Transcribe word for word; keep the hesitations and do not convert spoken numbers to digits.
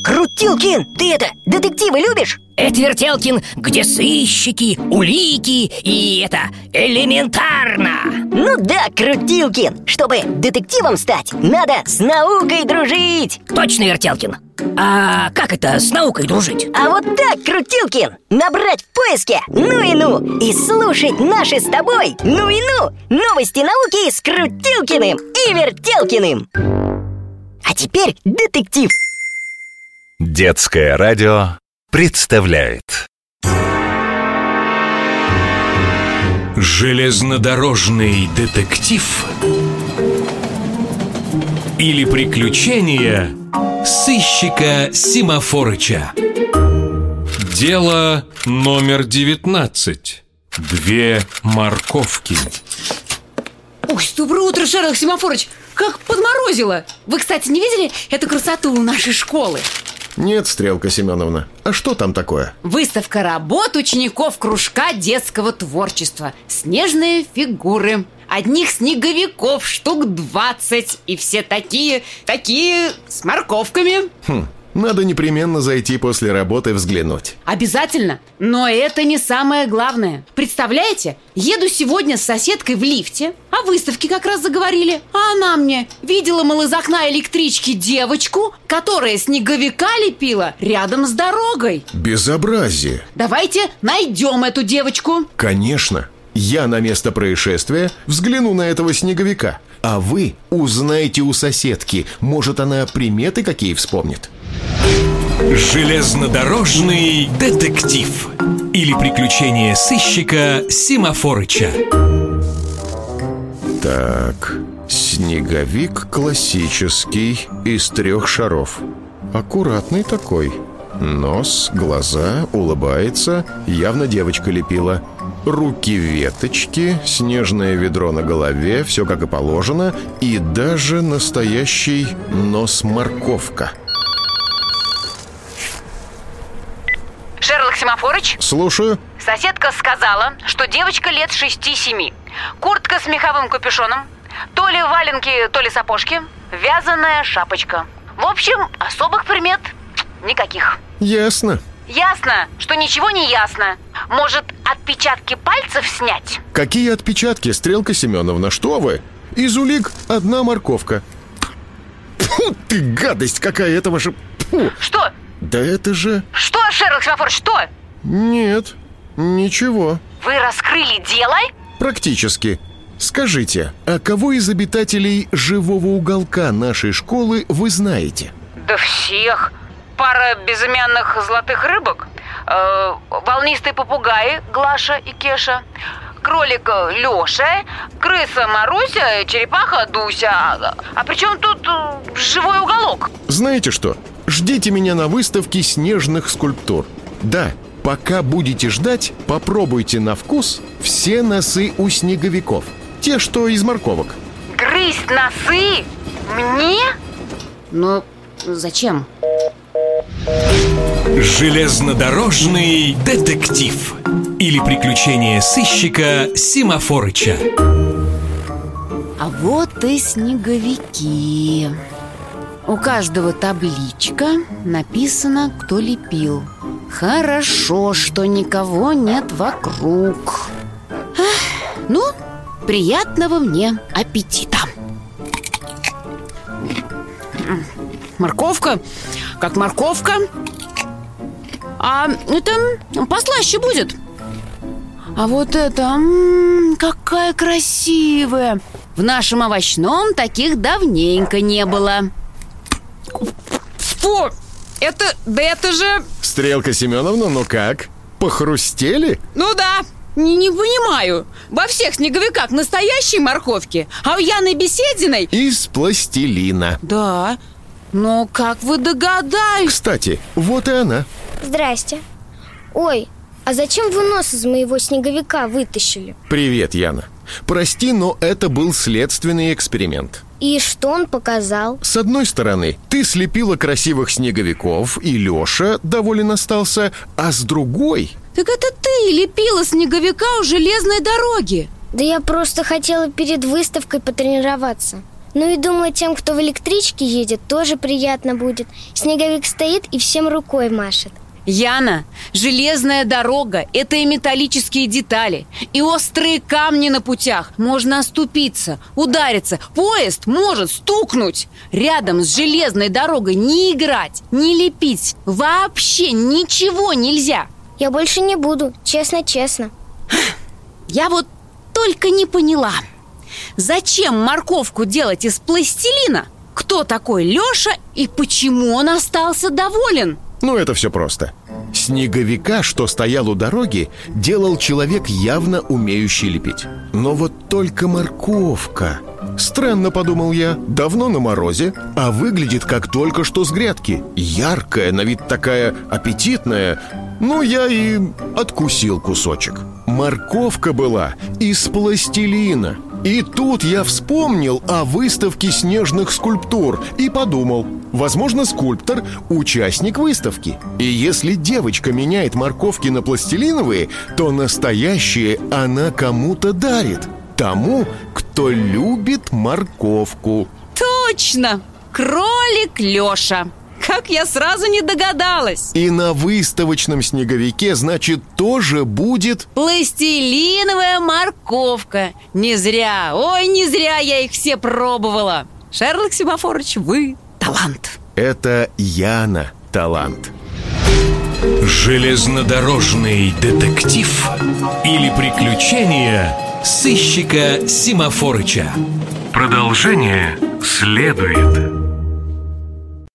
Крутилкин, ты это, детективы любишь? Это Вертелкин, где сыщики, улики и это, элементарно. Ну да, Крутилкин, чтобы детективом стать, надо с наукой дружить. Точно, Вертелкин. А как это с наукой дружить? А вот так, Крутилкин, набрать в поиске «ну и ну» и слушать наши с тобой «ну и ну» новости науки с Крутилкиным и Вертелкиным. А теперь детектив. Детское радио представляет Железнодорожный детектив или приключения сыщика Семафорыча. Дело номер девятнадцать. Две морковки. Ой, доброе утро, Шерлок Семафорыч. Как подморозило. Вы, кстати, не видели эту красоту у нашей школы? Нет, Стрелка Семеновна. А что там такое? Выставка работ учеников кружка детского творчества. Снежные фигуры. Одних снеговиков штук двадцать. И все такие, такие с морковками. Хм, надо непременно зайти после работы взглянуть. Обязательно. Но это не самое главное. Представляете, еду сегодня с соседкой в лифте. О выставке как раз заговорили. А она мне видела, мол, из окна электрички девочку, которая снеговика лепила рядом с дорогой. Безобразие. Давайте найдем эту девочку. Конечно. Я на место происшествия взгляну на этого снеговика. А вы узнаете у соседки. Может, она приметы какие вспомнит. Железнодорожный детектив или приключения сыщика Семафорыча. Так, снеговик классический, из трех шаров. Аккуратный такой. Нос, глаза, улыбается. Явно девочка лепила. Руки веточки, снежное ведро на голове, все как и положено. И даже настоящий нос-морковка. Шерлок Семафорыч? Слушаю. Соседка сказала, что девочка лет шести-семи. Куртка с меховым капюшоном, то ли валенки, то ли сапожки, вязаная шапочка. В общем, особых примет никаких. Ясно. Ясно, что ничего не ясно. Может, отпечатки пальцев снять? Какие отпечатки, Стрелка Семеновна, что вы? Из улик одна морковка. Фу, ты гадость какая, это ваша... Фу. Что? Да это же... Что, Шерлок Семафорыч, что? Нет, ничего. Вы раскрыли дело? Практически. Скажите, а кого из обитателей живого уголка нашей школы вы знаете? Да всех. Пара безымянных золотых рыбок, э, волнистые попугаи Глаша и Кеша, кролик Леша, крыса Маруся, черепаха Дуся. А, а при чем тут э, живой уголок? Знаете что? Ждите меня на выставке снежных скульптур. Да, пока будете ждать, попробуйте на вкус все носы у снеговиков. Те, что из морковок. Грызть носы? Мне? Ну, зачем? Железнодорожный детектив или приключения сыщика Семафорыча. А вот и снеговики. У каждого табличка, написано, кто лепил. Хорошо, что никого нет вокруг. Эх, ну, приятного мне аппетита. Морковка, как морковка. А это послаще будет. А вот это, м-м, какая красивая. В нашем овощном таких давненько не было. Фу, это, да это же... Стрелка Семеновна, ну как? Похрустели? Ну да, не, не понимаю. Во всех снеговиках настоящие морковки, а у Яны Бесединой... Из пластилина. Да, но как вы догадались? Кстати, вот и она. Здрасте. Ой, а зачем вы нос из моего снеговика вытащили? Привет, Яна. Прости, но это был следственный эксперимент. И что он показал? С одной стороны, ты слепила красивых снеговиков, и Леша доволен остался, а с другой... Так это ты лепила снеговика у железной дороги. Да я просто хотела перед выставкой потренироваться. Ну и думаю, тем, кто в электричке едет, тоже приятно будет. Снеговик стоит и всем рукой машет. Яна, железная дорога – это и металлические детали, и острые камни на путях. Можно оступиться, удариться, поезд может стукнуть. Рядом с железной дорогой не играть, не лепить, вообще ничего нельзя. Я больше не буду, честно-честно. Я вот только не поняла, зачем морковку делать из пластилина? Кто такой Леша и почему он остался доволен? Ну, это все просто. Снеговика, что стоял у дороги, делал человек, явно умеющий лепить. Но вот только морковка. Странно, подумал я, давно на морозе, а выглядит как только что с грядки. Яркая, на вид такая аппетитная. Ну, я и откусил кусочек. Морковка была из пластилина. И тут я вспомнил о выставке снежных скульптур и подумал, возможно, скульптор – участник выставки. И если девочка меняет морковки на пластилиновые, то настоящие она кому-то дарит. Тому, кто любит морковку. Точно! Кролик Леша! Как я сразу не догадалась! И на выставочном снеговике, значит, тоже будет... пластилиновая морковка. Не зря, ой, не зря я их все пробовала. Шерлок Семафорыч, вы талант. Это Яна талант. Железнодорожный детектив или приключения сыщика Семафорыча. Продолжение следует.